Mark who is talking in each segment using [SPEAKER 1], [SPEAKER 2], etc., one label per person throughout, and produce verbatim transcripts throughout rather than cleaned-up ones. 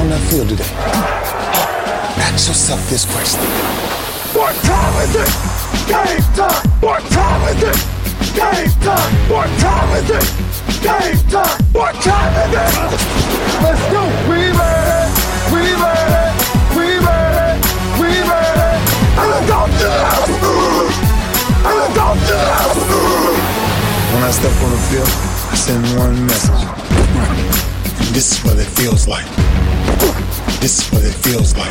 [SPEAKER 1] on that field today? Ask yourself this question. What time is it? Game time! What time is it? Game time! What time is it? Game time! What time is it? Let's go! We made it! We made it! We made it! We made it! And let's go to the house! And let's go to the house! When I step on the field, I send one message. This is what it feels like. This is what it feels like.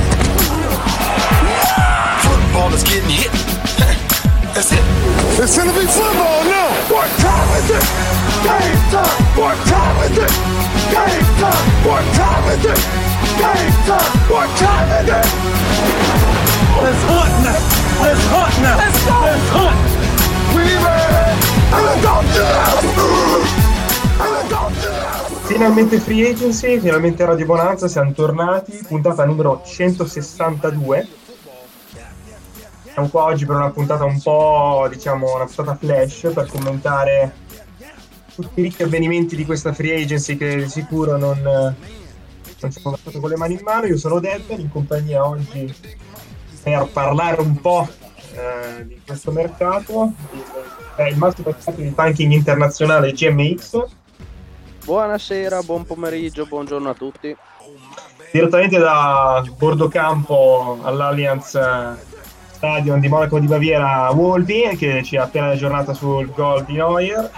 [SPEAKER 1] Football is getting hit. That's it. It's gonna be football now. What time is it? Game time. What time is it? Game time. What time is it? Game time. What time is it? Let's hunt now. Let's hunt now. Let's go. Let's hunt. We made it. And let's go to the house. And let's go to the house.
[SPEAKER 2] Finalmente Free Agency, finalmente Radio Bonanza, siamo tornati, puntata numero centosessantadue. Siamo qua oggi per una puntata un po', diciamo, una puntata flash per commentare tutti i ricchi avvenimenti di questa Free Agency che di sicuro non, non ci hanno fatto con le mani in mano. Io sono Debben, in compagnia oggi per parlare un po' eh, di questo mercato, è il massimo esperto di tanking internazionale G M X.
[SPEAKER 3] Buonasera, buon pomeriggio, buongiorno a tutti.
[SPEAKER 2] Direttamente da Bordocampo all'Allianz Stadium di Monaco di Baviera, Wolby, che ci ha appena aggiornata sul gol di Neuer.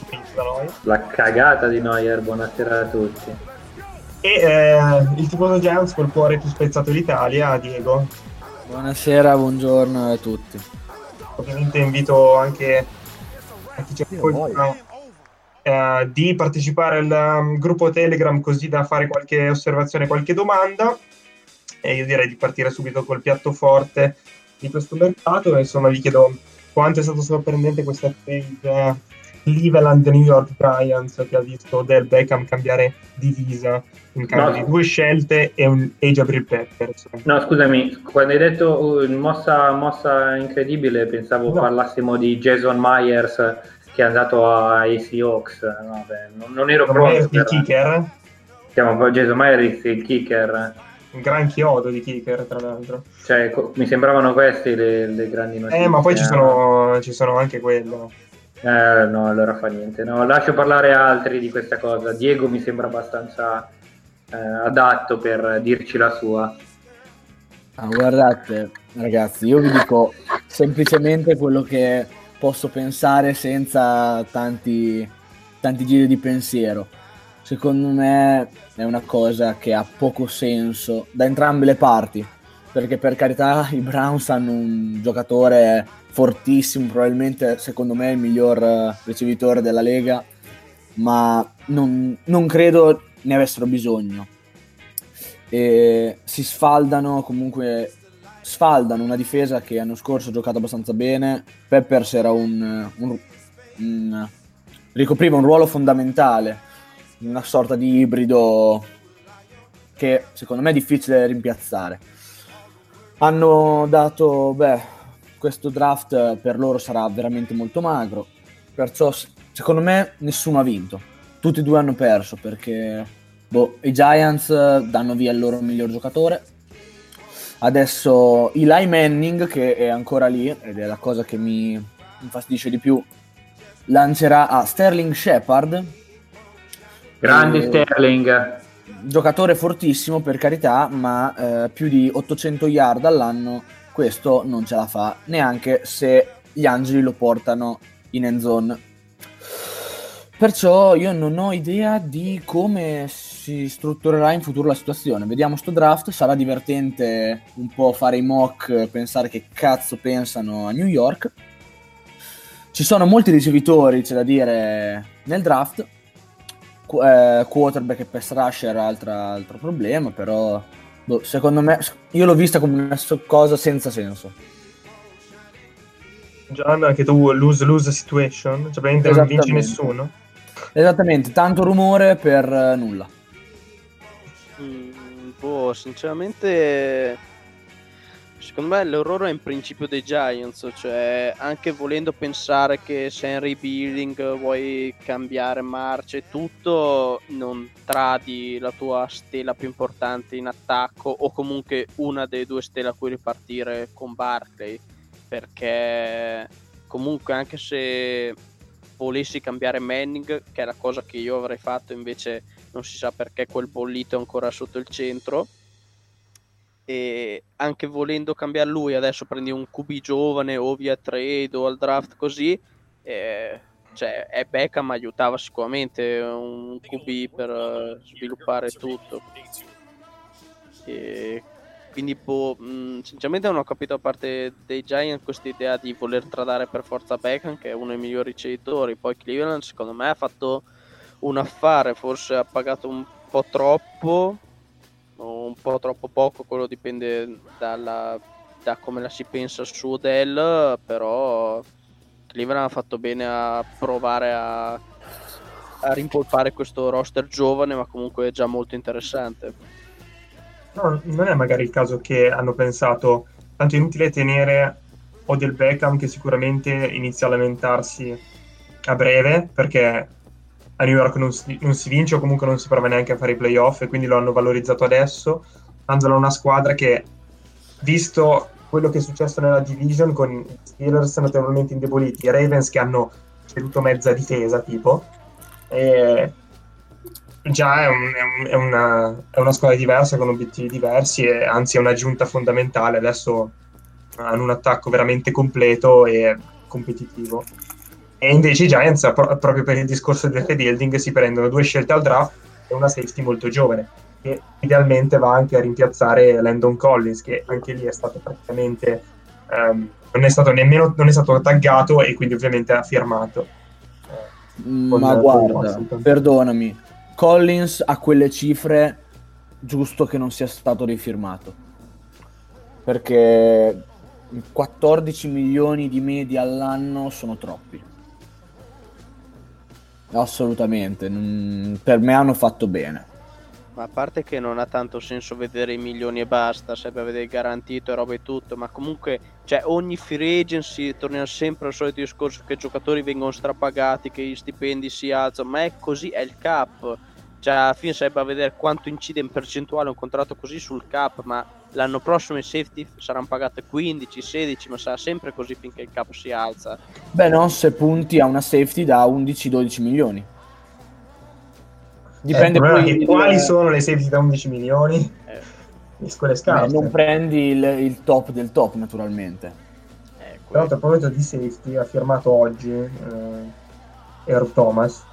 [SPEAKER 4] La cagata di Neuer, buonasera a tutti.
[SPEAKER 2] E eh, il tifoso Giants col cuore più spezzato d'Italia, Diego.
[SPEAKER 5] Buonasera, buongiorno a tutti.
[SPEAKER 2] Ovviamente invito anche a chi c'è poi Uh, di partecipare al um, gruppo Telegram, così da fare qualche osservazione, qualche domanda, e io direi di partire subito col piatto forte di questo mercato. Insomma, vi chiedo quanto è stato sorprendente questa trade uh, Cleveland New York Giants, che ha visto Odell Beckham cambiare divisa in cambio
[SPEAKER 4] no.
[SPEAKER 2] di due scelte e un e Jabril Peppers.
[SPEAKER 4] No, scusami, quando hai detto uh, mossa, mossa incredibile, pensavo
[SPEAKER 2] no.
[SPEAKER 4] parlassimo di Jason Myers che è andato ai Seahawks. Vabbè, non, non ero
[SPEAKER 2] proprio
[SPEAKER 4] pronto
[SPEAKER 2] il
[SPEAKER 4] per...
[SPEAKER 2] kicker,
[SPEAKER 4] chiamo poi Jason Myers il kicker,
[SPEAKER 2] un gran chiodo di kicker, tra l'altro.
[SPEAKER 4] Cioè, co- mi sembravano queste le, le grandi notizie.
[SPEAKER 2] Eh, ma poi ci sono, ci sono anche quelle.
[SPEAKER 4] Eh, no, allora fa niente. No, lascio parlare altri di questa cosa. Diego mi sembra abbastanza eh, adatto per dirci la sua.
[SPEAKER 5] Ah, guardate, ragazzi, io vi dico semplicemente quello che posso pensare senza tanti, tanti giri di pensiero. Secondo me è una cosa che ha poco senso da entrambe le parti, perché per carità i Browns hanno un giocatore fortissimo, probabilmente secondo me il miglior ricevitore della Lega, ma non, non credo ne avessero bisogno. E si sfaldano comunque sfaldano una difesa che l'anno scorso ha giocato abbastanza bene. Peppers era un, un, un ricopriva un ruolo fondamentale, una sorta di ibrido che secondo me è difficile rimpiazzare. Hanno dato, beh, questo draft per loro sarà veramente molto magro, perciò secondo me nessuno ha vinto, tutti e due hanno perso, perché boh, i Giants danno via il loro miglior giocatore. Adesso Eli Manning, che è ancora lì, ed è la cosa che mi infastidisce di più, lancerà a Sterling Shepard.
[SPEAKER 4] Grandi
[SPEAKER 5] e...
[SPEAKER 4] Sterling.
[SPEAKER 5] Giocatore fortissimo, per carità, ma eh, più di ottocento yard all'anno questo non ce la fa, neanche se gli angeli lo portano in end zone. Perciò io non ho idea di come si strutturerà in futuro la situazione. Vediamo sto draft, sarà divertente un po' fare i mock, pensare che cazzo pensano a New York. Ci sono molti ricevitori, c'è da dire, nel draft. Qu- eh, quarterback e pass rusher, altra, altro problema, però boh, secondo me, io l'ho vista come una cosa senza senso.
[SPEAKER 2] Gian, anche tu lose-lose situation, cioè praticamente non vince nessuno.
[SPEAKER 5] Esattamente, tanto rumore per uh, nulla.
[SPEAKER 3] Mm, boh, sinceramente Secondo me l'errore è in principio dei Giants, cioè anche volendo pensare che sei in rebuilding, vuoi cambiare marce e tutto, non tradi la tua stella più importante in attacco o comunque una delle due stelle a cui ripartire con Barkley, perché comunque anche se volessi cambiare Manning, che è la cosa che io avrei fatto, invece non si sa perché quel bollito è ancora sotto il centro, e anche volendo cambiare lui adesso prendi un Q B giovane o via trade o al draft così, eh, cioè è Beckham aiutava sicuramente un Q B per uh, sviluppare tutto, e quindi boh, mh, sinceramente non ho capito, a parte dei Giants, questa idea di voler tradare per forza Beckham, che è uno dei migliori ricevitori. Poi Cleveland secondo me ha fatto un affare, forse ha pagato un po' troppo o un po' troppo poco, quello dipende dalla, da come la si pensa su Odell, però Cleveland ha fatto bene a provare a, a rimpolpare questo roster giovane, ma comunque già molto interessante.
[SPEAKER 2] No, non è magari il caso che hanno pensato tanto è inutile tenere Odell Beckham, che sicuramente inizia a lamentarsi a breve, perché a New York non si, non si vince o comunque non si prova neanche a fare i playoff, e quindi lo hanno valorizzato adesso, dandolo a una squadra che, visto quello che è successo nella division con i Steelers notevolmente indeboliti, i Ravens che hanno ceduto mezza difesa tipo, e già è, un, è, un, è, una, è una squadra diversa con obiettivi diversi, e anzi è un'aggiunta fondamentale. Adesso hanno un attacco veramente completo e competitivo. E invece i Giants, pro- proprio per il discorso del rebuilding, si prendono due scelte al draft e una safety molto giovane, che idealmente va anche a rimpiazzare Landon Collins, che anche lì è stato praticamente um, non è stato nemmeno non è stato taggato, e quindi ovviamente ha firmato.
[SPEAKER 5] Eh, Ma guarda, perdonami, Collins a quelle cifre giusto che non sia stato rifirmato, perché quattordici milioni di media all'anno sono troppi. Assolutamente, non, per me hanno fatto bene.
[SPEAKER 3] Ma a parte che non ha tanto senso vedere i milioni e basta, serve vedere garantito e roba e tutto, ma comunque, cioè, ogni free agency torniamo sempre al solito discorso che i giocatori vengono strapagati, che gli stipendi si alzano, ma è così, è il cap. Cioè alla fine sarebbe a vedere quanto incide in percentuale un contratto così sul cap, ma l'anno prossimo i safety saranno pagate quindici, sedici, ma sarà sempre così finché il cap si alza.
[SPEAKER 5] Beh, non se punti a una safety da undici dodici milioni.
[SPEAKER 2] Dipende eh, poi di quali sono le safety da undici milioni.
[SPEAKER 3] Eh.
[SPEAKER 2] Quelle scarse.
[SPEAKER 5] Beh, non prendi il, il top del top, naturalmente.
[SPEAKER 2] Eh, Tra l'altro, a proposito di safety, ha firmato oggi eh, Earl Thomas.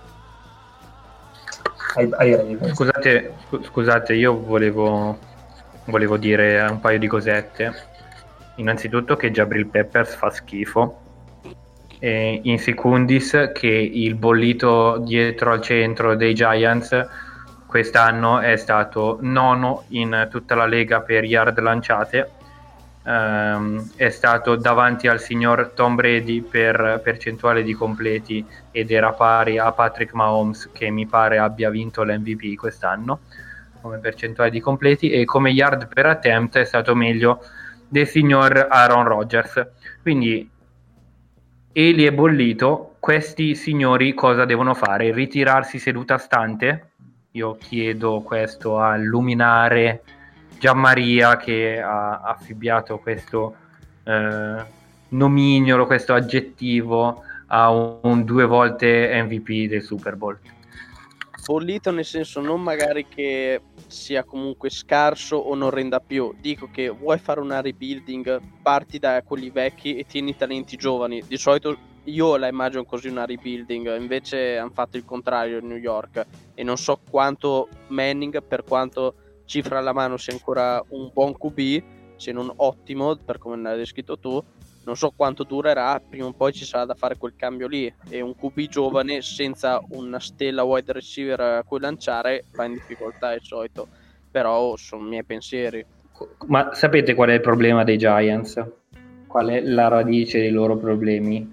[SPEAKER 2] Ai, ai
[SPEAKER 4] scusate, scusate, io volevo, volevo dire un paio di cosette. Innanzitutto che Jabril Peppers fa schifo, e in secundis che il bollito dietro al centro dei Giants quest'anno è stato nono in tutta la lega per yard lanciate. Um, è stato davanti al signor Tom Brady per percentuale di completi ed era pari a Patrick Mahomes, che mi pare abbia vinto l'M V P quest'anno come percentuale di completi, e come yard per attempt è stato meglio del signor Aaron Rodgers. Quindi Eli è bollito, questi signori cosa devono fare? Ritirarsi seduta stante? Io chiedo questo al luminare Gianmaria, che ha affibbiato questo eh, nomignolo, questo aggettivo a un, un due volte M V P del Super Bowl.
[SPEAKER 3] Bollito nel senso non magari che sia comunque scarso o non renda più, dico che vuoi fare una rebuilding, parti da quelli vecchi e tieni talenti giovani. Di solito io la immagino così una rebuilding, invece hanno fatto il contrario in New York, e non so quanto Manning, per quanto cifra alla mano, sia ancora un buon Q B, se non ottimo per come l'hai descritto tu, non so quanto durerà, prima o poi ci sarà da fare quel cambio lì, e un Q B giovane senza una stella wide receiver a cui lanciare va in difficoltà di solito, però sono i miei pensieri.
[SPEAKER 4] Ma sapete qual è il problema dei Giants? Qual è la radice dei loro problemi?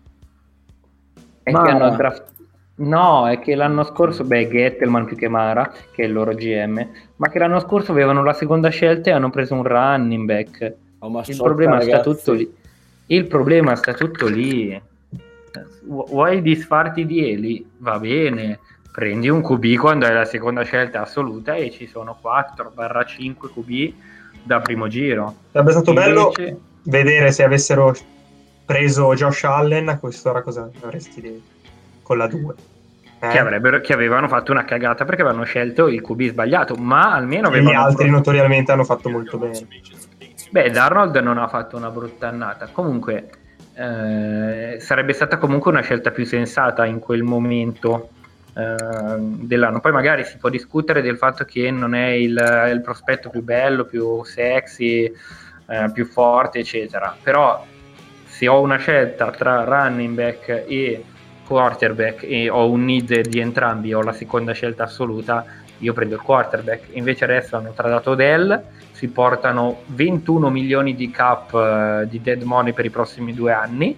[SPEAKER 4] È
[SPEAKER 5] Ma...
[SPEAKER 4] che hanno draft... No, è che l'anno scorso, beh, Gettelman più che Mara, che è il loro G M, ma che l'anno scorso avevano la seconda scelta e hanno preso un running back il problema sta tutto lì. Il problema sta tutto lì. Vuoi disfarti di Eli? Va bene, prendi un Q B quando è la seconda scelta assoluta e ci sono quattro cinque Q B da primo giro.
[SPEAKER 2] Sarebbe stato
[SPEAKER 4] Invece...
[SPEAKER 2] bello vedere se avessero preso Josh Allen a quest'ora cosa avresti detto con la due. Eh?
[SPEAKER 4] Che, avrebbero, che avevano fatto una cagata perché avevano scelto il Q B sbagliato, ma almeno
[SPEAKER 2] e
[SPEAKER 4] avevano
[SPEAKER 2] gli altri
[SPEAKER 4] pro...
[SPEAKER 2] notoriamente hanno fatto molto bene.
[SPEAKER 4] Beh, Darnold non ha fatto una brutta annata. Comunque eh, sarebbe stata comunque una scelta più sensata in quel momento eh, dell'anno. Poi magari si può discutere del fatto che non è il, il prospetto più bello, più sexy, eh, più forte, eccetera. Però se ho una scelta tra running back e quarterback e ho un need di entrambi, ho la seconda scelta assoluta, io prendo il quarterback. Invece adesso hanno tradato Odell, si portano ventuno milioni di cap uh, di dead money per i prossimi due anni,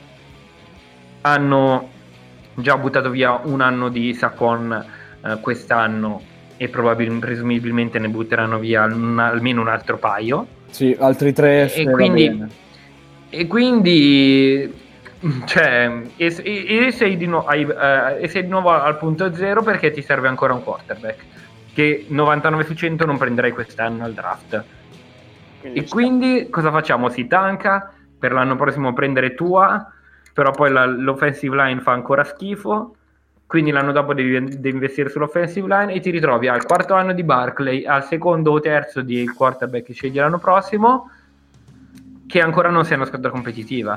[SPEAKER 4] hanno già buttato via un anno di Saquon uh, quest'anno e probabilmente presumibilmente ne butteranno via un, almeno un altro paio,
[SPEAKER 5] sì, altri tre,
[SPEAKER 4] e, e quindi e quindi cioè e, e, sei di nu- hai, uh, e sei di nuovo al punto zero perché ti serve ancora un quarterback che novantanove su cento non prenderai quest'anno al draft. Quindi e quindi cosa facciamo? Si tanca per l'anno prossimo prendere Tua, però poi la, l'offensive line fa ancora schifo, quindi l'anno dopo devi, devi investire sull'offensive line e ti ritrovi al quarto anno di Barkley, al secondo o terzo di quarterback che scegli l'anno prossimo, che ancora non sei una squadra competitiva.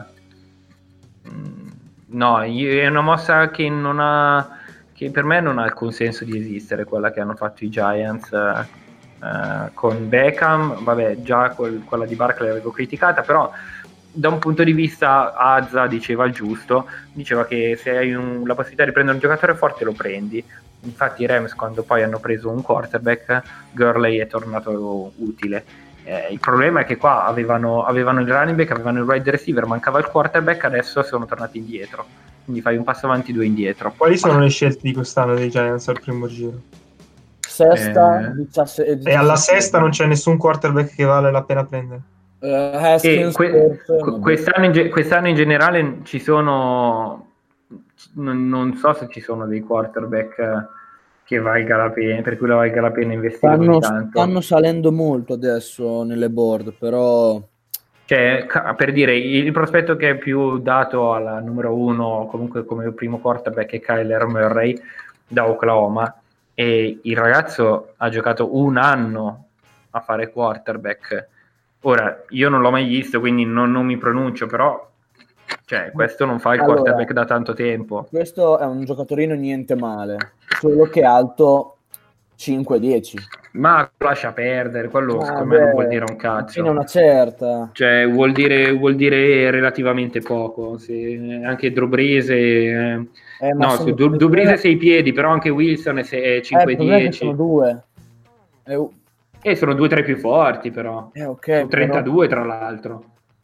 [SPEAKER 4] No, è una mossa che non ha che per me non ha il consenso di esistere, quella che hanno fatto i Giants eh, con Beckham. Vabbè, già quel, quella di Barkley l'avevo criticata, però da un punto di vista Azza diceva il giusto, diceva che se hai un, la possibilità di prendere un giocatore forte lo prendi. Infatti i Rams, quando poi hanno preso un quarterback, Gurley è tornato utile. Eh, il problema è che qua avevano, avevano il running back, avevano il wide receiver, mancava il quarterback, adesso sono tornati indietro, quindi fai un passo avanti, due indietro.
[SPEAKER 2] Quali sono le scelte di quest'anno dei Giants al primo giro?
[SPEAKER 5] Sesta,
[SPEAKER 2] eh,
[SPEAKER 5] diciassette, diciassette,
[SPEAKER 2] e alla sesta non c'è nessun quarterback che vale la pena prendere.
[SPEAKER 5] uh, Haskins,
[SPEAKER 4] que- que- quest'anno, in ge- quest'anno in generale ci sono non, non so se ci sono dei quarterback che valga la pena, per cui la valga la pena investire
[SPEAKER 5] stanno,
[SPEAKER 4] così tanto.
[SPEAKER 5] Stanno salendo molto adesso nelle board, però
[SPEAKER 4] cioè, per dire, il prospetto che è più dato alla numero uno, comunque come primo quarterback, è Kyler Murray da Oklahoma, e il ragazzo ha giocato un anno a fare quarterback. Ora, io non l'ho mai visto, quindi non, non mi pronuncio, però cioè, questo non fa il
[SPEAKER 5] allora,
[SPEAKER 4] quarterback da tanto tempo.
[SPEAKER 5] Questo è un giocatorino niente male, solo che alto cinque dieci.
[SPEAKER 4] Ma lascia perdere, quello
[SPEAKER 5] ah,
[SPEAKER 4] secondo
[SPEAKER 5] beh,
[SPEAKER 4] me non vuol dire un cazzo.
[SPEAKER 5] Fino a una certa.
[SPEAKER 4] Cioè, vuol dire, vuol dire relativamente poco. Se anche Drobrise... Eh, eh, no, su Drobrise sei piedi, però anche Wilson è cinque dieci.
[SPEAKER 5] Eh, sono due.
[SPEAKER 4] Eh, e sono due tra i più forti, però.
[SPEAKER 5] Eh, okay,
[SPEAKER 4] su trentadue,
[SPEAKER 5] però...
[SPEAKER 4] tra l'altro.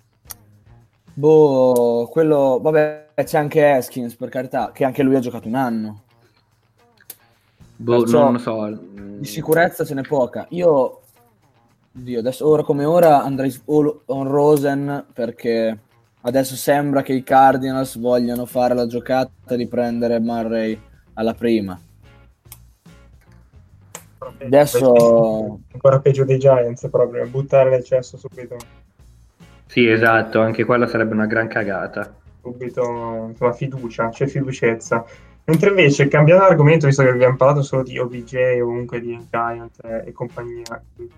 [SPEAKER 5] Boh, quello... Vabbè, c'è anche Haskins, per carità, che anche lui ha giocato un anno.
[SPEAKER 4] Boh,
[SPEAKER 5] Perciò,
[SPEAKER 4] non lo so.
[SPEAKER 5] Di sicurezza ce n'è poca. Io, Dio, adesso ora come ora andrei on Rosen, perché adesso sembra che i Cardinals vogliano fare la giocata di prendere Murray alla prima. Adesso
[SPEAKER 2] ancora peggio dei Giants, proprio buttare nel cesso subito.
[SPEAKER 4] Sì, esatto, anche quella sarebbe una gran cagata.
[SPEAKER 2] Subito, insomma, fiducia, c'è fiducezza. Mentre invece, cambiando argomento, visto che abbiamo parlato solo di O B J o comunque di Giant e, e compagnia,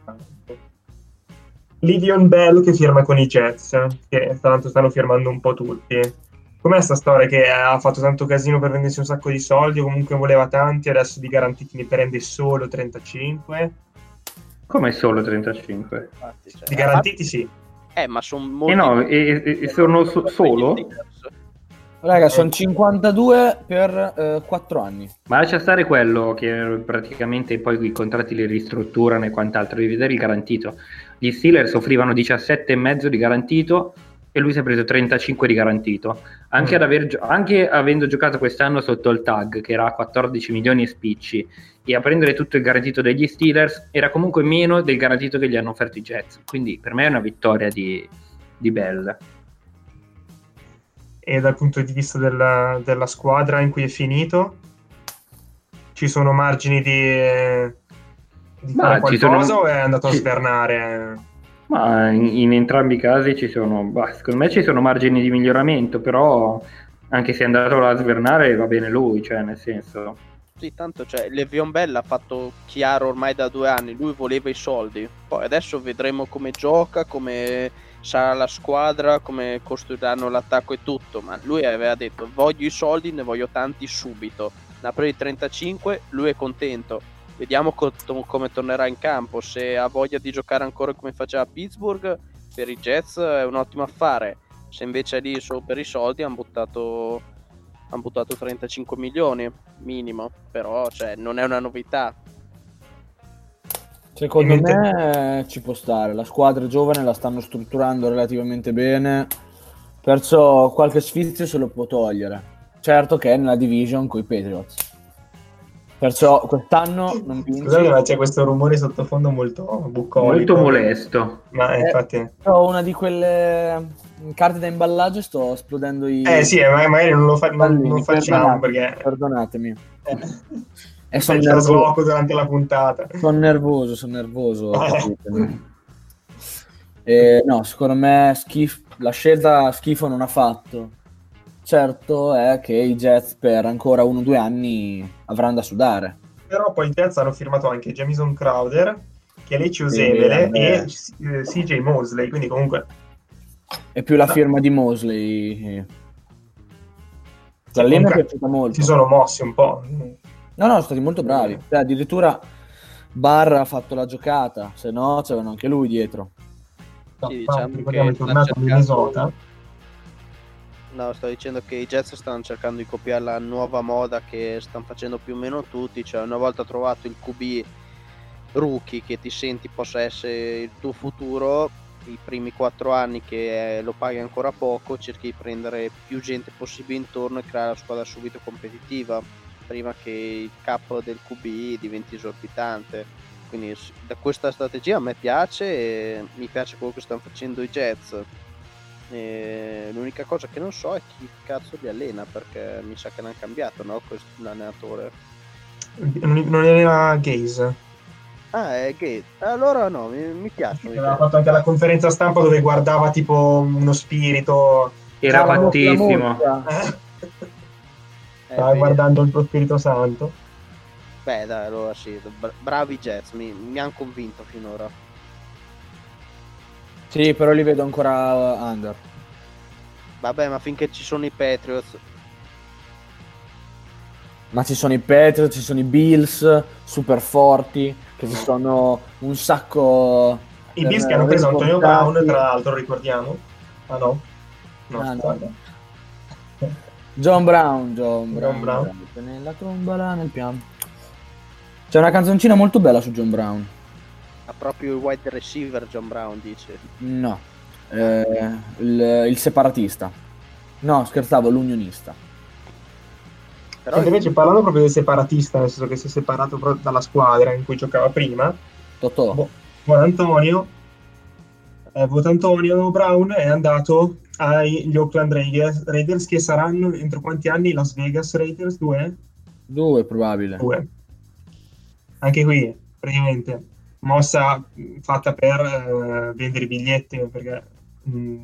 [SPEAKER 2] Le'Veon Bell che firma con i Jets, che tanto stanno firmando un po' tutti. Com'è sta storia che ha fatto tanto casino per vendersi un sacco di soldi, o comunque voleva tanti, adesso di garantiti ne prende solo trentacinque?
[SPEAKER 4] Come solo trentacinque?
[SPEAKER 3] Infatti, cioè,
[SPEAKER 2] di garantiti sì.
[SPEAKER 3] Eh, ma sono molti...
[SPEAKER 4] Eh no, e, e sono so- solo?
[SPEAKER 5] Raga, sono cinquantadue per eh, quattro anni.
[SPEAKER 4] Ma lascia stare quello che praticamente poi i contratti li ristrutturano e quant'altro, devi vedere il garantito. Gli Steelers offrivano diciassette e mezzo di garantito e lui si è preso trentacinque di garantito. Anche,
[SPEAKER 2] Mm.
[SPEAKER 4] ad aver gio- anche avendo giocato quest'anno sotto il tag, che era a quattordici milioni e spicci, e a prendere tutto il garantito degli Steelers, era comunque meno del garantito che gli hanno offerto i Jets. Quindi per me è una vittoria di, di Bell.
[SPEAKER 2] E dal punto di vista della, della squadra in cui è finito, ci sono margini di, di
[SPEAKER 4] Ma
[SPEAKER 2] fare
[SPEAKER 4] ci
[SPEAKER 2] qualcosa
[SPEAKER 4] sono-
[SPEAKER 2] o è andato a
[SPEAKER 4] ci-
[SPEAKER 2] svernare?
[SPEAKER 4] Ma in, in entrambi i casi ci sono, bah, secondo me ci sono margini di miglioramento, però anche se è andato a svernare va bene lui, cioè nel senso...
[SPEAKER 3] Sì, tanto cioè, Le'Veon Bell ha fatto chiaro ormai da due anni, lui voleva i soldi, poi adesso vedremo come gioca, come sarà la squadra, come costruiranno l'attacco e tutto, ma lui aveva detto voglio i soldi, ne voglio tanti subito, ne ha presi trentacinque, lui è contento, vediamo co- come tornerà in campo, se ha voglia di giocare ancora come faceva a Pittsburgh, per i Jets è un ottimo affare, se invece è lì solo per i soldi hanno buttato... hanno buttato trentacinque milioni minimo, però cioè, non è una novità.
[SPEAKER 5] Secondo
[SPEAKER 2] E mentre-
[SPEAKER 5] me eh, ci può stare, la squadra è giovane, la stanno strutturando relativamente bene, perciò qualche sfizio se lo può togliere. Certo che è nella division con i Patriots. Perciò quest'anno non vinci.
[SPEAKER 2] Scusate, ma c'è questo rumore sottofondo molto bucolico.
[SPEAKER 4] Molto molesto.
[SPEAKER 2] Ma eh,
[SPEAKER 5] Eh,
[SPEAKER 2] infatti...
[SPEAKER 5] Ho una di quelle carte da imballaggio e sto esplodendo i...
[SPEAKER 2] Eh sì, eh, ma- magari non lo fa- non,
[SPEAKER 5] pallini.
[SPEAKER 2] non facciamo
[SPEAKER 5] Perdonatemi,
[SPEAKER 2] perché...
[SPEAKER 5] Perdonatemi.
[SPEAKER 2] Eh,
[SPEAKER 5] E
[SPEAKER 2] fai
[SPEAKER 5] sono
[SPEAKER 2] il
[SPEAKER 5] nervoso.
[SPEAKER 2] trasloco durante la puntata.
[SPEAKER 5] Sono nervoso, sono nervoso.
[SPEAKER 2] Eh.
[SPEAKER 5] capitemi. Eh, no, secondo me schif- la scelta schifo non ha fatto. Certo è che i Jets per ancora uno o due anni avranno da sudare.
[SPEAKER 2] Però poi i Jets hanno firmato anche Jamison Crowder, Kelechi
[SPEAKER 5] Sì,
[SPEAKER 2] Osemele
[SPEAKER 5] vabbè.
[SPEAKER 2] e eh, C J Mosley, quindi comunque
[SPEAKER 5] È più la firma di Mosley.
[SPEAKER 2] Sì,
[SPEAKER 5] La lì mi è
[SPEAKER 2] comunque
[SPEAKER 5] piaciuta molto.
[SPEAKER 2] si sono mossi un po'.
[SPEAKER 5] No, no, sono stati molto bravi. Cioè, addirittura Barr ha fatto la giocata, se no c'erano anche lui dietro.
[SPEAKER 2] No,
[SPEAKER 3] Sì,
[SPEAKER 2] ma
[SPEAKER 3] diciamo
[SPEAKER 2] ricordiamo, è
[SPEAKER 3] che sta
[SPEAKER 2] tornato a
[SPEAKER 3] cercando-
[SPEAKER 2] Minnesota.
[SPEAKER 3] No, sto dicendo che i Jets stanno cercando di copiare la nuova moda che stanno facendo più o meno tutti, cioè una volta trovato il Q B rookie che ti senti possa essere il tuo futuro, i primi quattro anni che eh, lo paghi ancora poco, cerchi di prendere più gente possibile intorno e creare la squadra subito competitiva, prima che il cap del Q B diventi esorbitante. Quindi s- da questa strategia a me piace e mi piace quello che stanno facendo i Jets. E l'unica cosa che non so è chi cazzo li allena, perché mi sa che l'hanno cambiato, no? Questo l'allenatore.
[SPEAKER 2] Non, non era Gaze.
[SPEAKER 3] Ah, è Gate. Allora no, mi, mi piacciono i
[SPEAKER 2] Aveva
[SPEAKER 3] Jets.
[SPEAKER 2] fatto anche la conferenza stampa dove guardava tipo uno spirito.
[SPEAKER 4] Era
[SPEAKER 2] Stava-
[SPEAKER 4] fattissimo.
[SPEAKER 2] Eh?
[SPEAKER 3] Eh,
[SPEAKER 2] Stava
[SPEAKER 3] vedi.
[SPEAKER 2] guardando il tuo Spirito Santo.
[SPEAKER 3] Beh, dai, allora sì, bra- bravi Jets, mi, mi hanno convinto finora.
[SPEAKER 5] Sì, però li vedo ancora under.
[SPEAKER 3] Vabbè, ma finché ci sono i Patriots,
[SPEAKER 5] Ma ci sono i Patriots, ci sono i Bills, super forti, che ci sono un sacco...
[SPEAKER 2] I
[SPEAKER 5] per-
[SPEAKER 2] Bills che hanno preso Antonio
[SPEAKER 5] riportati.
[SPEAKER 2] Brown, tra l'altro, ricordiamo. Ah no? No,
[SPEAKER 5] Ah, no.
[SPEAKER 2] scusate.
[SPEAKER 5] John Brown, John Brown.
[SPEAKER 2] John Brown.
[SPEAKER 5] Nella tromba là nel piano. C'è una canzoncina molto bella su John Brown.
[SPEAKER 3] ha proprio il wide receiver John Brown, dice.
[SPEAKER 5] No, eh, il, il separatista. No, scherzavo, l'unionista.
[SPEAKER 3] Però
[SPEAKER 2] Mentre invece parlando proprio del separatista, nel senso che si è separato proprio dalla squadra in cui giocava prima,
[SPEAKER 5] Totò.
[SPEAKER 2] Bo- Buon Antonio, eh, Voto Antonio Brown è andato agli Oakland Raiders, Raiders che saranno entro quanti anni? Las Vegas Raiders? Due?
[SPEAKER 5] Due probabile.
[SPEAKER 2] Due. Anche qui, praticamente, mossa mh, fatta per eh, vendere i biglietti, perché mh,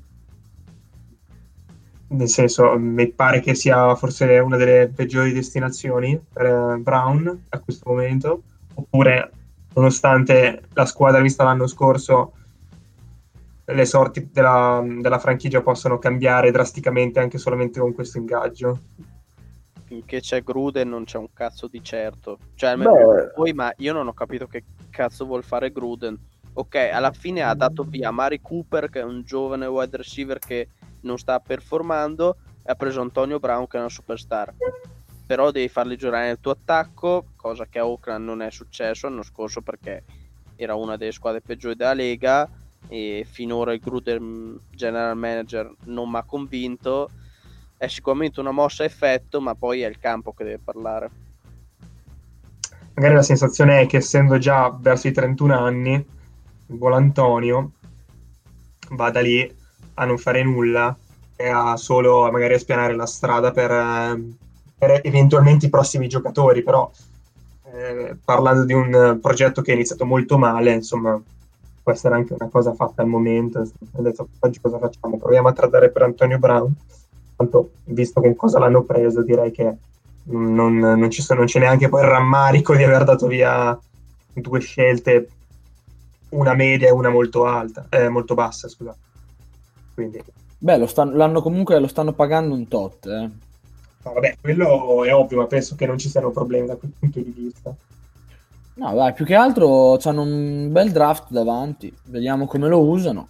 [SPEAKER 2] nel senso, mi pare che sia forse una delle peggiori destinazioni per eh, Brown a questo momento, oppure nonostante la squadra vista l'anno scorso, le sorti della, della franchigia possono cambiare drasticamente anche solamente con questo ingaggio.
[SPEAKER 3] finché c'è Gruden non c'è un cazzo di certo. Cioè, almeno per voi, ma io non ho capito che cazzo vuol fare Gruden. Ok, alla fine ha dato via Mari Cooper, che è un giovane wide receiver che non sta performando, e ha preso Antonio Brown, che è una superstar. Però devi farli giocare nel tuo attacco, cosa che a Oakland non è successo l'anno scorso perché era una delle squadre peggiori della Lega, e finora il Gruden general manager non mi ha convinto. È sicuramente una mossa a effetto, ma poi è il campo che deve parlare.
[SPEAKER 2] Magari la sensazione è che essendo già verso i trentuno anni, il buon Antonio vada lì a non fare nulla e a solo magari a spianare la strada per, eh, per eventualmente i prossimi giocatori, però eh, parlando di un progetto che è iniziato molto male, insomma, può essere anche una cosa fatta al momento. Ho detto, oggi cosa facciamo? Proviamo a tradare per Antonio Brown. Tanto, visto con cosa l'hanno preso, direi che non, non, ci sono, non c'è neanche poi il rammarico di aver dato via due scelte, una media e una molto alta, eh, molto bassa, scusa. Quindi
[SPEAKER 5] beh, lo stanno, l'hanno comunque lo stanno pagando un tot, eh.
[SPEAKER 2] No, vabbè, quello è ovvio, ma penso che non ci siano problemi da quel punto di vista.
[SPEAKER 5] No, dai, più che altro hanno un bel draft davanti, vediamo come lo usano.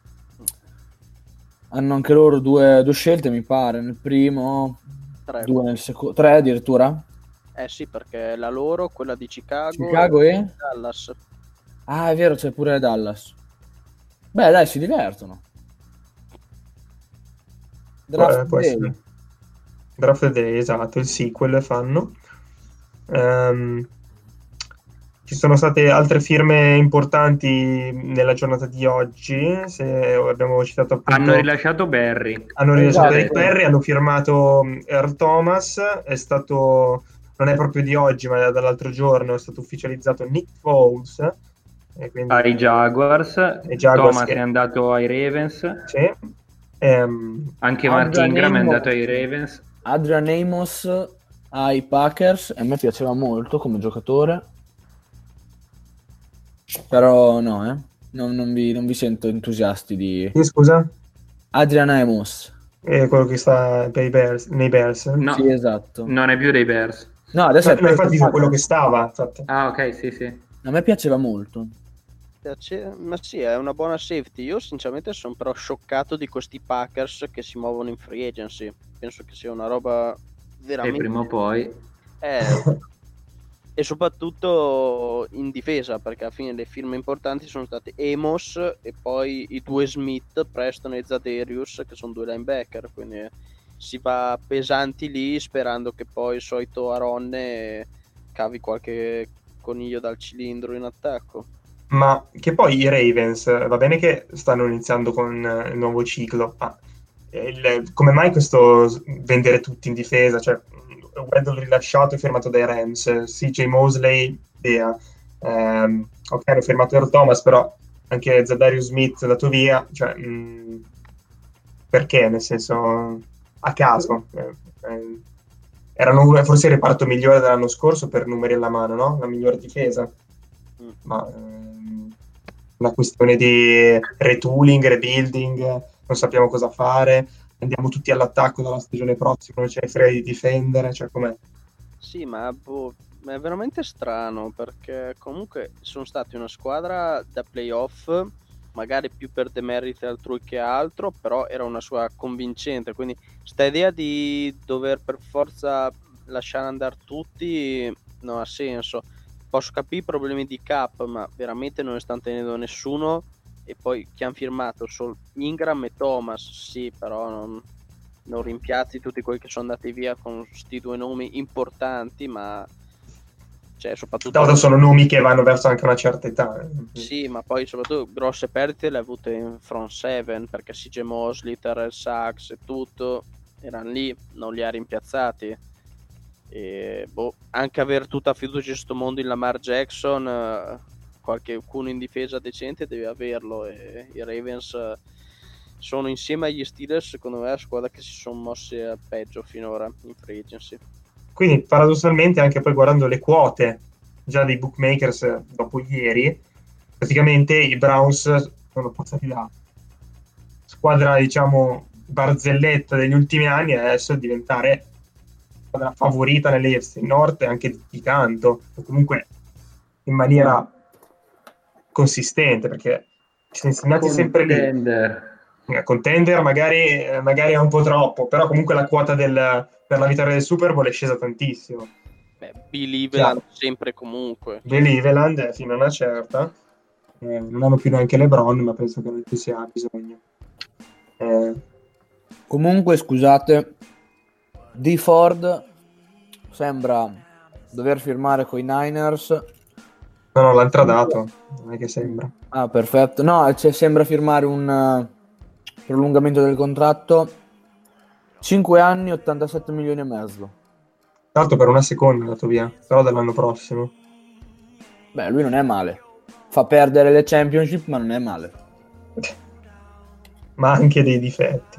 [SPEAKER 5] Hanno anche loro due, due scelte, mi pare, nel primo,
[SPEAKER 3] Tre.
[SPEAKER 5] due nel secondo, tre addirittura.
[SPEAKER 3] Eh sì, perché la loro, quella di Chicago,
[SPEAKER 5] Chicago e
[SPEAKER 3] Dallas.
[SPEAKER 5] Ah, è vero, c'è pure Dallas. Beh, dai, si divertono. Draft
[SPEAKER 2] Può, può
[SPEAKER 5] Day.
[SPEAKER 2] essere. Draft Day, esatto, il sequel fanno. Um, ci sono state altre firme importanti nella giornata di oggi. Se abbiamo citato appunto,
[SPEAKER 4] hanno rilasciato Barry.
[SPEAKER 2] Hanno rilasciato
[SPEAKER 5] Esatto.
[SPEAKER 2] Eric Berry, hanno firmato Earl Thomas. È stato, non è proprio di oggi, ma dall'altro giorno è stato ufficializzato Nick Foles. E quindi,
[SPEAKER 4] ai Jaguars,
[SPEAKER 2] ai Jaguars
[SPEAKER 4] Thomas
[SPEAKER 2] che-
[SPEAKER 4] è andato ai Ravens,
[SPEAKER 2] Sì. Ehm,
[SPEAKER 4] anche Mark
[SPEAKER 5] Adrian
[SPEAKER 4] Ingram è
[SPEAKER 5] Amos.
[SPEAKER 4] andato ai Ravens.
[SPEAKER 5] Adrian Amos ai Packers, e a me piaceva molto come giocatore. Però no, eh. Non, non vi, non vi sento entusiasti di
[SPEAKER 2] chi, scusa?
[SPEAKER 5] Adrian Amos.
[SPEAKER 2] È quello che sta per i Bears, nei Bears.
[SPEAKER 4] No,
[SPEAKER 5] Sì, esatto.
[SPEAKER 4] non è più dei Bears.
[SPEAKER 5] No, adesso
[SPEAKER 2] No,
[SPEAKER 5] è
[SPEAKER 2] no, infatti dico quello che stava. Infatti.
[SPEAKER 4] Ah, ok, sì, sì.
[SPEAKER 5] A me piaceva molto.
[SPEAKER 3] Piace- Ma sì, è una buona safety. Io sinceramente sono però scioccato di questi Packers che si muovono in free agency. Penso che sia una roba
[SPEAKER 4] E
[SPEAKER 3] veramente...
[SPEAKER 4] prima o poi
[SPEAKER 3] Eh, e soprattutto in difesa, perché alla fine le firme importanti sono state Amos e poi i due Smith, Preston e Zadarius, che sono due linebacker, quindi si va pesanti lì sperando che poi il solito Aronne cavi qualche coniglio dal cilindro in attacco.
[SPEAKER 2] Ma che poi i Ravens, va bene che stanno iniziando con eh, il nuovo ciclo, ma il- come mai questo s- vendere tutti in difesa? Cioè, Weddle rilasciato e firmato dai Rams, C J Mosley, via. Ehm, ok, hanno firmato Earl Thomas, però anche Zadarius Smith dato via. Cioè, mh, perché? Nel senso, a caso. Eh, eh, erano un- forse il reparto migliore dell'anno scorso per numeri alla mano, no? La migliore difesa.
[SPEAKER 3] Mm.
[SPEAKER 2] Ma ehm, una questione di retooling, rebuilding, non sappiamo cosa fare, andiamo tutti all'attacco dalla stagione prossima, non ce ne frega di difendere, cioè com'è?
[SPEAKER 3] Sì, ma boh, ma è veramente strano perché comunque sono stati una squadra da playoff, magari più per demeriti altrui che altro, però era una sua convincente, quindi sta idea di dover per forza lasciare andare tutti non ha senso. Posso capire i problemi di cap, ma veramente non ne stanno tenendo nessuno. E poi chi hanno firmato solo Ingram e Thomas, sì, però non, non rimpiazzi tutti quelli che sono andati via con questi due nomi importanti, ma cioè soprattutto
[SPEAKER 2] Tanto sono nomi che vanno verso anche una certa età. eh.
[SPEAKER 3] sì, ma poi soprattutto grosse perdite le ha avute in front seven perché C J Mosley, Terrell Sachs e tutto erano lì, non li ha rimpiazzati. E boh, anche avere tutta fiducia in sto mondo in Lamar Jackson, eh, qualcuno in difesa decente deve averlo, e i Ravens eh, sono insieme agli Steelers secondo me la squadra che si sono mosse a peggio finora in free agency.
[SPEAKER 2] Quindi paradossalmente anche poi guardando le quote già dei bookmakers eh, dopo ieri, praticamente i Browns sono passati da squadra diciamo barzelletta degli ultimi anni a adesso diventare squadra favorita nelle A F C North e anche di tanto, o comunque in maniera consistente, perché ci siamo insegnati sempre lì.
[SPEAKER 4] Contender.
[SPEAKER 2] Eh, Contender magari, eh, magari è un po' troppo, però comunque la quota del, per la vittoria del Super Bowl è scesa tantissimo.
[SPEAKER 3] Beh, Cleveland sempre e comunque.
[SPEAKER 2] Cleveland fino a una certa, Eh, non hanno più neanche LeBron, ma penso che non ci sia bisogno. Eh,
[SPEAKER 5] Comunque, scusate, D Ford sembra dover firmare con i Niners.
[SPEAKER 2] no, no, l'hanno tradato, non è che sembra.
[SPEAKER 5] Ah, perfetto. No, cioè, sembra firmare un uh, prolungamento del contratto. cinque anni, ottantasette milioni e mezzo.
[SPEAKER 2] Tra l'altro per una seconda è andato via, però dall'anno prossimo.
[SPEAKER 5] Beh, lui non è male. Fa perdere le championship, ma non è male.
[SPEAKER 2] Ma anche dei difetti.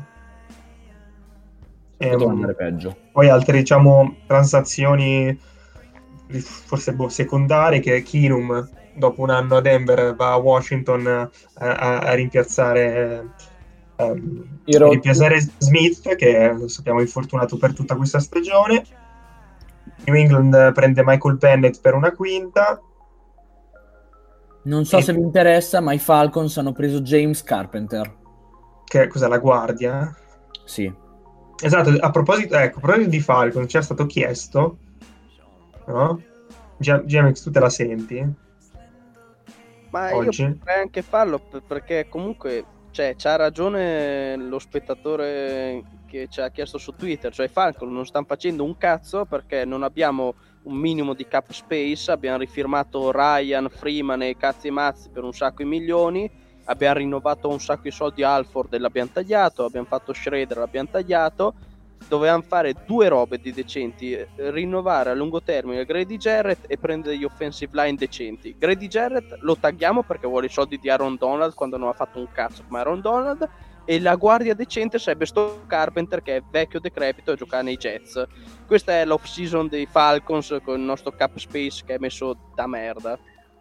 [SPEAKER 5] Poteva
[SPEAKER 2] Ehm,
[SPEAKER 5] andare peggio.
[SPEAKER 2] Poi altre, diciamo, transazioni forse boh, secondarie, che Keenum dopo un anno a Denver va a Washington a, a- a rimpiazzare ehm,
[SPEAKER 5] I
[SPEAKER 2] a
[SPEAKER 5] rotti.
[SPEAKER 2] rimpiazzare Smith, che sappiamo infortunato per tutta questa stagione. New England prende Michael Bennett per una quinta.
[SPEAKER 5] Non so
[SPEAKER 2] E-
[SPEAKER 5] se vi interessa, ma i Falcons hanno preso James Carpenter.
[SPEAKER 2] che cos'è, la guardia?
[SPEAKER 5] Sì.
[SPEAKER 2] Esatto, a proposito, ecco, a proposito di Falcon, ci è stato chiesto, no? G- G M X, tu te la senti?
[SPEAKER 3] Ma
[SPEAKER 2] Oggi?
[SPEAKER 3] io potrei anche farlo p- perché comunque cioè, c'ha ragione lo spettatore che ci ha chiesto su Twitter, cioè i Falcon non stanno facendo un cazzo perché non abbiamo un minimo di cap space, abbiamo rifirmato Ryan, Freeman e cazzi e mazzi per un sacco di milioni, abbiamo rinnovato un sacco di soldi a Alford e l'abbiamo tagliato, abbiamo fatto Schroeder, l'abbiamo tagliato. Dovevamo fare due robe di decenti, rinnovare a lungo termine Grady Jarrett e prendere gli offensive line decenti. Grady Jarrett lo tagliamo perché vuole i soldi di Aaron Donald quando non ha fatto un cazzo come Aaron Donald, e la guardia decente sarebbe sto Carpenter, che è vecchio decrepito e gioca nei Jets. Questa è l'off season dei Falcons con il nostro cap space che è messo da merda.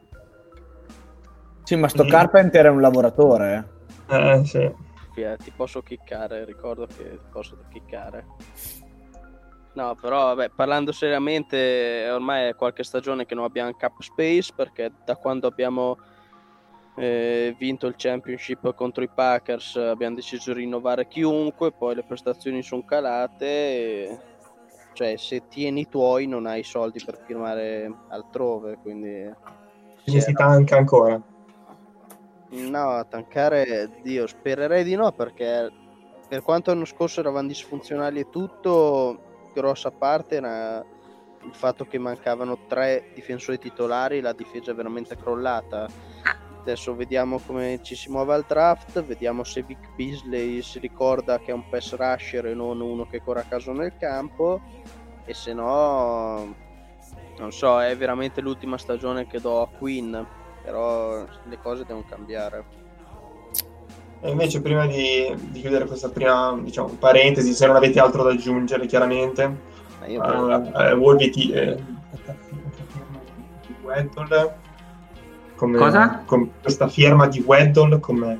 [SPEAKER 5] Sì, ma sto
[SPEAKER 2] Sì.
[SPEAKER 5] Carpenter è un lavoratore.
[SPEAKER 2] Eh, sì.
[SPEAKER 3] Eh, ti posso kickare, ricordo che ti posso kickare. No, però vabbè, parlando seriamente, ormai è qualche stagione che non abbiamo cap space, perché da quando abbiamo eh, vinto il championship contro i Packers abbiamo deciso di rinnovare chiunque, poi le prestazioni sono calate e, cioè, se tieni i tuoi non hai soldi per firmare altrove, quindi
[SPEAKER 2] Quindi
[SPEAKER 3] sì,
[SPEAKER 2] si tanca ancora.
[SPEAKER 3] no, tankare, Dio, spererei di no, perché per quanto l'anno scorso eravamo disfunzionali e tutto, grossa parte era il fatto che mancavano tre difensori titolari, la difesa è veramente crollata. Adesso vediamo come ci si muove al draft, vediamo se Vic Beasley si ricorda che è un pass rusher e non uno che corre a caso nel campo, e se no, non so, è veramente l'ultima stagione che do a Quinn, però le cose devono cambiare.
[SPEAKER 2] E invece prima di, di chiudere questa prima, diciamo, parentesi, se non avete altro da aggiungere, chiaramente,
[SPEAKER 3] Ma io
[SPEAKER 2] uh, eh, Wolvi ti, eh, di Weddle, come,
[SPEAKER 4] Cosa?
[SPEAKER 2] come questa firma di Weddle, come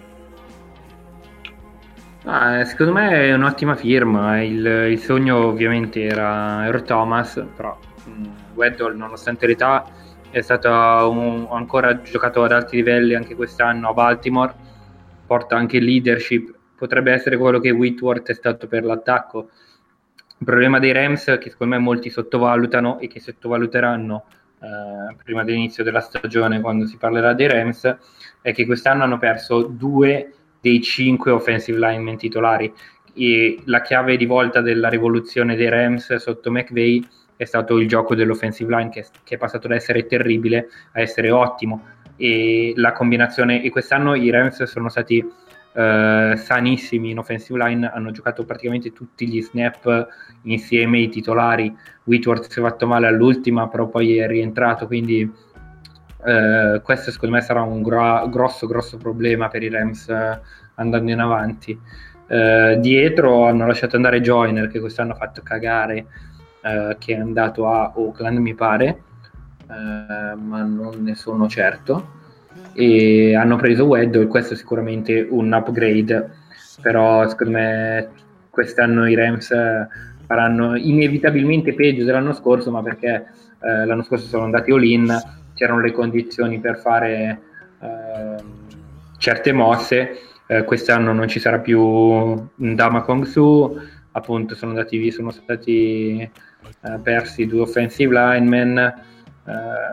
[SPEAKER 4] Ah, secondo me è un'ottima firma. Il, il sogno ovviamente era Earl Thomas, però mh, Weddle, nonostante l'età, è stato un, ancora giocato ad alti livelli anche quest'anno a Baltimore, porta anche leadership, potrebbe essere quello che Whitworth è stato per l'attacco. Il problema dei Rams, che secondo me molti sottovalutano e che sottovaluteranno eh, prima dell'inizio della stagione quando si parlerà dei Rams, è che quest'anno hanno perso due dei cinque offensive linemen titolari, e la chiave di volta della rivoluzione dei Rams sotto McVay è stato il gioco dell'offensive line, che, che è passato da essere terribile a essere ottimo, e la combinazione, e quest'anno i Rams sono stati eh, sanissimi in offensive line, hanno giocato praticamente tutti gli snap insieme i titolari. Whitworth si è fatto male all'ultima, però poi è rientrato, quindi Uh, questo secondo me sarà un gro- grosso grosso problema per i Rams uh, andando in avanti. Uh, dietro hanno lasciato andare Joyner, che quest'anno ha fatto cagare, uh, che è andato a Oakland mi pare, uh, ma non ne sono certo, e hanno preso Weddle. Questo è sicuramente un upgrade, però secondo me quest'anno i Rams faranno inevitabilmente peggio dell'anno scorso, ma perché uh, l'anno scorso sono andati all-in, c'erano le condizioni per fare eh, certe mosse. Eh, quest'anno non ci sarà più Ndama Kong Su, appunto sono andati sono stati eh, persi due offensive linemen, eh,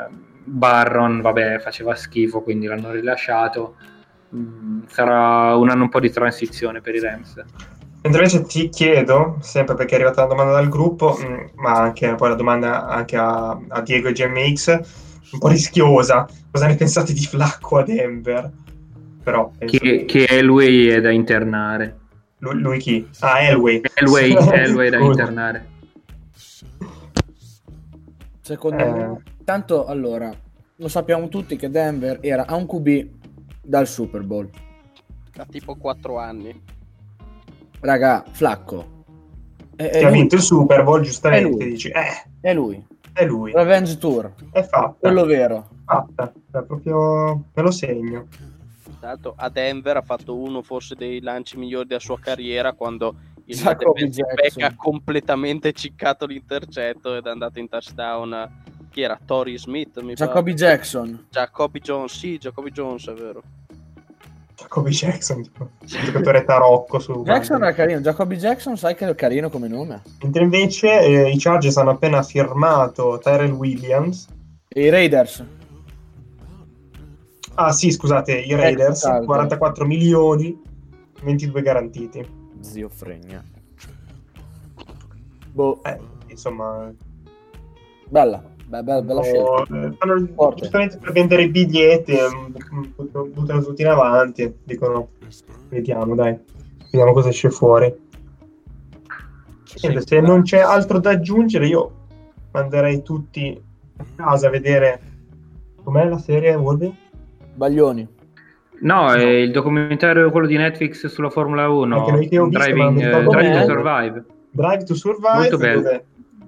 [SPEAKER 4] Barron, vabbè, faceva schifo, quindi l'hanno rilasciato. Mm, sarà un anno un po' di transizione per i Rams.
[SPEAKER 2] Mentre invece ti chiedo, sempre perché è arrivata una domanda dal gruppo, mh, ma anche poi la domanda anche a, a Diego e G M X, un po' rischiosa, cosa ne pensate di Flacco a Denver? Però penso
[SPEAKER 4] Che, che Elway è da internare.
[SPEAKER 2] Lui, lui chi? Ah, Elway.
[SPEAKER 4] Elway, Elway da internare.
[SPEAKER 5] Secondo
[SPEAKER 2] Eh.
[SPEAKER 5] me, tanto allora, lo sappiamo tutti che Denver era a un Q B dal Super Bowl.
[SPEAKER 3] Da tipo quattro anni.
[SPEAKER 5] Raga, Flacco. È, è
[SPEAKER 2] Che ha
[SPEAKER 5] lui.
[SPEAKER 2] vinto il Super Bowl,
[SPEAKER 5] È
[SPEAKER 2] giustamente,
[SPEAKER 5] lui.
[SPEAKER 2] dici, eh,
[SPEAKER 5] È lui.
[SPEAKER 2] è lui.
[SPEAKER 5] Revenge Tour.
[SPEAKER 2] È fatta.
[SPEAKER 5] Quello vero.
[SPEAKER 2] Fatta. È proprio, me lo segno.
[SPEAKER 3] Tra l'altro a Denver ha fatto uno forse dei lanci migliori della sua carriera, quando il
[SPEAKER 5] Jacoby
[SPEAKER 3] defensive
[SPEAKER 5] Jackson.
[SPEAKER 3] back ha completamente ciccato l'intercetto ed è andato in touchdown. Chi era? Torrey Smith, mi
[SPEAKER 5] Jacoby
[SPEAKER 3] pare.
[SPEAKER 5] Jackson.
[SPEAKER 3] Jacoby Jones, sì, Jacoby Jones, è vero.
[SPEAKER 2] Jacoby Jackson, tipo, il giocatore tarocco su
[SPEAKER 5] Jackson era carino. Jacoby Jackson, sai che è carino come nome.
[SPEAKER 2] Mentre invece eh, i Chargers hanno appena firmato Tyrell Williams.
[SPEAKER 5] E i Raiders.
[SPEAKER 2] Ah sì, scusate, i Raiders,
[SPEAKER 5] tardi.
[SPEAKER 2] quarantaquattro milioni, ventidue garantiti.
[SPEAKER 5] Zio Fregna. Boh,
[SPEAKER 2] Eh, insomma,
[SPEAKER 5] bella. Be- be- bella scelta.
[SPEAKER 2] oh, eh, fanno
[SPEAKER 5] Forte.
[SPEAKER 2] giustamente per vendere i biglietti, eh, buttano buttano tutti in avanti, dicono, vediamo dai, vediamo cosa esce fuori. Niente, se non c'è altro da aggiungere, io manderei tutti a casa a vedere com'è la serie Wolverine.
[SPEAKER 5] Baglioni.
[SPEAKER 4] No, è il documentario quello di Netflix sulla Formula uno,
[SPEAKER 2] Anche noi che ho visto, ma non
[SPEAKER 4] Driving,
[SPEAKER 2] mi ricordo
[SPEAKER 4] eh, Drive to
[SPEAKER 5] com'è.
[SPEAKER 4] Survive.
[SPEAKER 2] Drive to Survive,
[SPEAKER 4] Molto bello.
[SPEAKER 2] dove-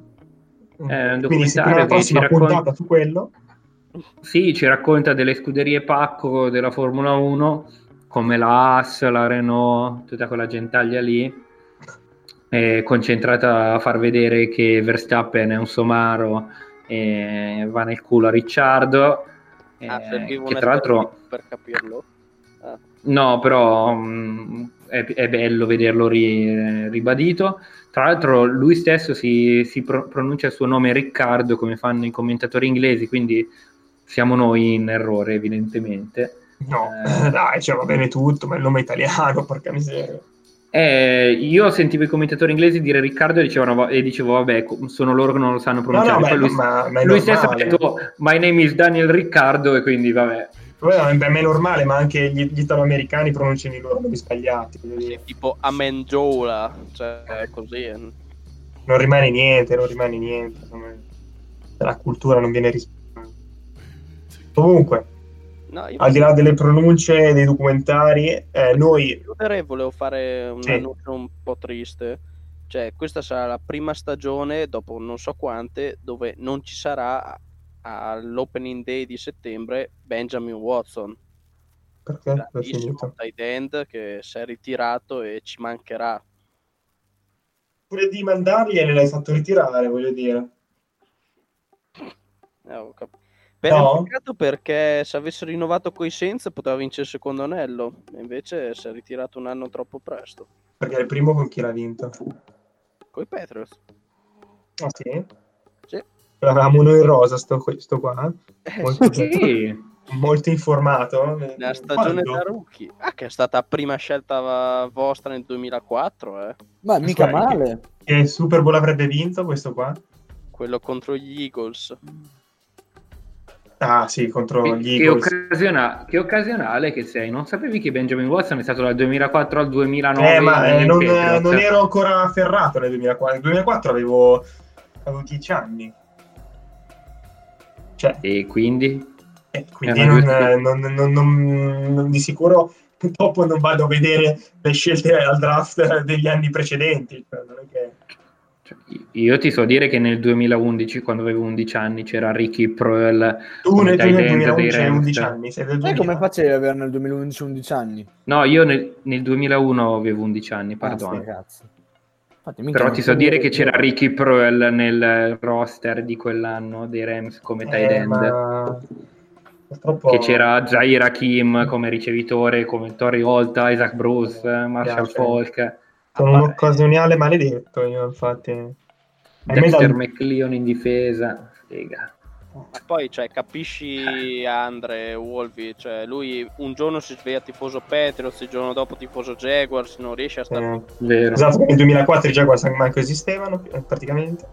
[SPEAKER 4] È un
[SPEAKER 2] quindi settimana
[SPEAKER 4] documentario che ci
[SPEAKER 2] prossima
[SPEAKER 4] racconta,
[SPEAKER 2] puntata su quello.
[SPEAKER 4] sì, ci racconta delle scuderie pacco della Formula uno, come la Haas, la Renault, tutta quella gentaglia lì, è concentrata a far vedere che Verstappen è un somaro e va nel culo a Ricciardo, eh,
[SPEAKER 3] Ah, serviva
[SPEAKER 4] che
[SPEAKER 3] un
[SPEAKER 4] tra l'altro...
[SPEAKER 3] esperto per capirlo. Ah.
[SPEAKER 4] No, però mh, è, è bello vederlo ri- ribadito. Tra l'altro lui stesso si, si pro- pronuncia il suo nome Riccardo come fanno i commentatori inglesi, quindi siamo noi in errore evidentemente.
[SPEAKER 2] No,
[SPEAKER 4] Eh,
[SPEAKER 2] dai, cioè, va bene tutto, ma il nome è italiano, porca miseria.
[SPEAKER 4] eh, io sentivo i commentatori inglesi dire Riccardo e, dicevano, va- e dicevo vabbè, co- sono loro che non lo sanno pronunciare.
[SPEAKER 2] No, no,
[SPEAKER 4] Poi
[SPEAKER 2] beh,
[SPEAKER 4] lui,
[SPEAKER 2] ma- ma è
[SPEAKER 4] lui stesso ha
[SPEAKER 2] normale.
[SPEAKER 4] detto My name is Daniel Riccardo e quindi vabbè.
[SPEAKER 2] Beh, beh, è normale, ma anche gli, gli italoamericani pronunciano i loro nomi sbagliati. voglio
[SPEAKER 3] Sì,
[SPEAKER 2] dire.
[SPEAKER 3] tipo Amendola, cioè è così. eh.
[SPEAKER 2] Non rimane niente, non rimane niente. insomma, La cultura non viene rispettata. Comunque,
[SPEAKER 3] No, io
[SPEAKER 2] al di là delle pronunce e dei documentari, eh, noi...
[SPEAKER 3] chiudere volevo fare un
[SPEAKER 2] Sì.
[SPEAKER 3] annuncio un po' triste. Cioè, questa sarà la prima stagione dopo non so quante dove non ci sarà all'opening day di settembre Benjamin Watson,
[SPEAKER 2] Perché è
[SPEAKER 3] grandissimo
[SPEAKER 2] finito?
[SPEAKER 3] tight end che si è ritirato e ci mancherà.
[SPEAKER 2] Pure di mandargliene l'hai fatto ritirare, voglio dire.
[SPEAKER 3] Eh, ho cap- Beh, è
[SPEAKER 2] No?
[SPEAKER 3] un peccato perché se avesse rinnovato coi Saints poteva vincere il secondo anello, e invece si è ritirato un anno troppo presto.
[SPEAKER 2] Perché è il primo con chi l'ha vinto.
[SPEAKER 3] Coi Patriots.
[SPEAKER 2] Ah sì?
[SPEAKER 3] Sì.
[SPEAKER 2] L'avevamo noi in rosa, sto, sto qua.
[SPEAKER 3] Eh,
[SPEAKER 2] Molto,
[SPEAKER 4] Sì,
[SPEAKER 2] molto informato.
[SPEAKER 3] Nella stagione
[SPEAKER 2] Quando?
[SPEAKER 3] da rookie. Ah, che è stata prima scelta vostra nel duemilaquattro, eh.
[SPEAKER 5] Ma mica
[SPEAKER 2] Guarda,
[SPEAKER 5] male.
[SPEAKER 2] Che Super Bowl avrebbe vinto questo qua?
[SPEAKER 3] Quello contro gli Eagles.
[SPEAKER 2] Ah sì, contro gli
[SPEAKER 4] che,
[SPEAKER 2] Eagles.
[SPEAKER 4] occasiona- che occasionale che sei, non sapevi che Benjamin Watson è stato dal duemilaquattro al duemilanove
[SPEAKER 2] Eh, ma eh,
[SPEAKER 4] nei
[SPEAKER 2] non,
[SPEAKER 4] Patriots?
[SPEAKER 2] non ero ancora afferrato nel duemilaquattro. Nel duemilaquattro avevo, avevo dieci anni. Cioè,
[SPEAKER 4] E quindi?
[SPEAKER 2] eh, quindi
[SPEAKER 4] Erano
[SPEAKER 2] non,
[SPEAKER 4] due-
[SPEAKER 2] non, non, non- non- di sicuro dopo non vado a vedere le scelte al draft degli anni precedenti. Cioè, non è che...
[SPEAKER 4] cioè, io ti so dire che nel duemilaundici, quando avevo undici anni, c'era Ricky Proel
[SPEAKER 2] Tu
[SPEAKER 4] come
[SPEAKER 2] nel, tu
[SPEAKER 4] tight
[SPEAKER 2] nel
[SPEAKER 4] end dei
[SPEAKER 2] duemilaundici hai
[SPEAKER 4] Rams.
[SPEAKER 2] undici anni, sei del
[SPEAKER 5] Sai
[SPEAKER 2] duemila.
[SPEAKER 5] come facevi ad avere nel duemilaundici undici anni?
[SPEAKER 4] No, io nel, nel duemilauno avevo undici anni,
[SPEAKER 5] Ah,
[SPEAKER 4] perdono.
[SPEAKER 5] sti cazzi. Infatti, minchia,
[SPEAKER 4] Però
[SPEAKER 5] non
[SPEAKER 4] ti so
[SPEAKER 5] sapevo
[SPEAKER 4] dire che
[SPEAKER 5] che-
[SPEAKER 4] c'era Ricky Proel nel roster di quell'anno dei Rams come tight
[SPEAKER 2] Eh,
[SPEAKER 4] end.
[SPEAKER 2] ma purtroppo
[SPEAKER 4] Che c'era Jair Hakim come ricevitore, come Torrey Holt, Isaac Bruce, Marshall
[SPEAKER 2] piace.
[SPEAKER 4] Falk,
[SPEAKER 2] sono un occasionale maledetto io, infatti. Ahimè
[SPEAKER 4] Dexter
[SPEAKER 2] dal,
[SPEAKER 4] McLeon in difesa. Figa.
[SPEAKER 3] Ma poi, cioè, capisci Andre Wolvi, cioè, lui un giorno si sveglia tifoso Patriots, il giorno dopo tifoso Jaguars, non riesce a stare...
[SPEAKER 2] Eh,
[SPEAKER 4] Vero.
[SPEAKER 2] esatto, nel duemilaquattro i Jaguars manco esistevano, eh, praticamente.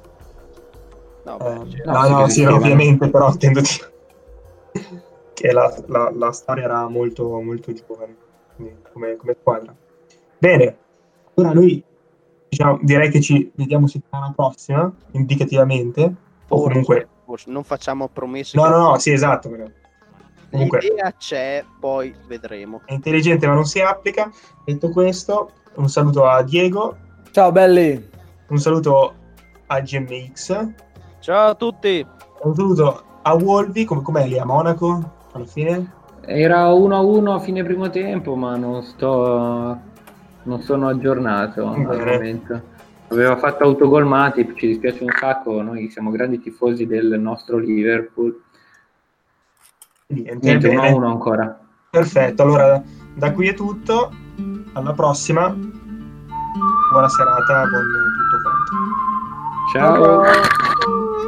[SPEAKER 3] No,
[SPEAKER 2] Eh,
[SPEAKER 3] beh,
[SPEAKER 2] no,
[SPEAKER 3] cioè,
[SPEAKER 4] no,
[SPEAKER 2] no,
[SPEAKER 4] sì che
[SPEAKER 2] sì,
[SPEAKER 4] esistevano.
[SPEAKER 2] ovviamente, però intendo dire che la, la- la storia era molto, molto giovane, quindi come, come squadra. Bene, allora noi diciamo, direi che ci vediamo settimana prossima, indicativamente, o
[SPEAKER 3] forse,
[SPEAKER 2] comunque...
[SPEAKER 3] forse, non facciamo promesse.
[SPEAKER 2] No,
[SPEAKER 3] che-
[SPEAKER 2] no, no, sì, esatto, però. Comunque
[SPEAKER 3] L'idea c'è, poi vedremo.
[SPEAKER 2] è intelligente ma non si applica. Detto questo, un saluto a Diego,
[SPEAKER 5] Ciao belli!
[SPEAKER 2] un saluto a G M X,
[SPEAKER 3] Ciao a tutti!
[SPEAKER 2] un saluto a Wolvi, come com'è lì a Monaco alla fine?
[SPEAKER 4] Era uno a uno a fine primo tempo, ma non sto non sono aggiornato al
[SPEAKER 2] Bene.
[SPEAKER 4] momento. Aveva fatto autogol Matip, ci dispiace un sacco, noi siamo grandi tifosi del nostro Liverpool.
[SPEAKER 2] Niente,
[SPEAKER 4] Niente, uno a
[SPEAKER 2] bene.
[SPEAKER 4] uno ancora.
[SPEAKER 2] Perfetto, allora da qui è tutto, alla prossima, buona serata con tutto quanto.
[SPEAKER 4] Ciao.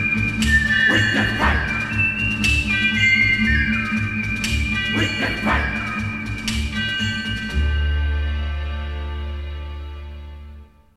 [SPEAKER 1] We can fight.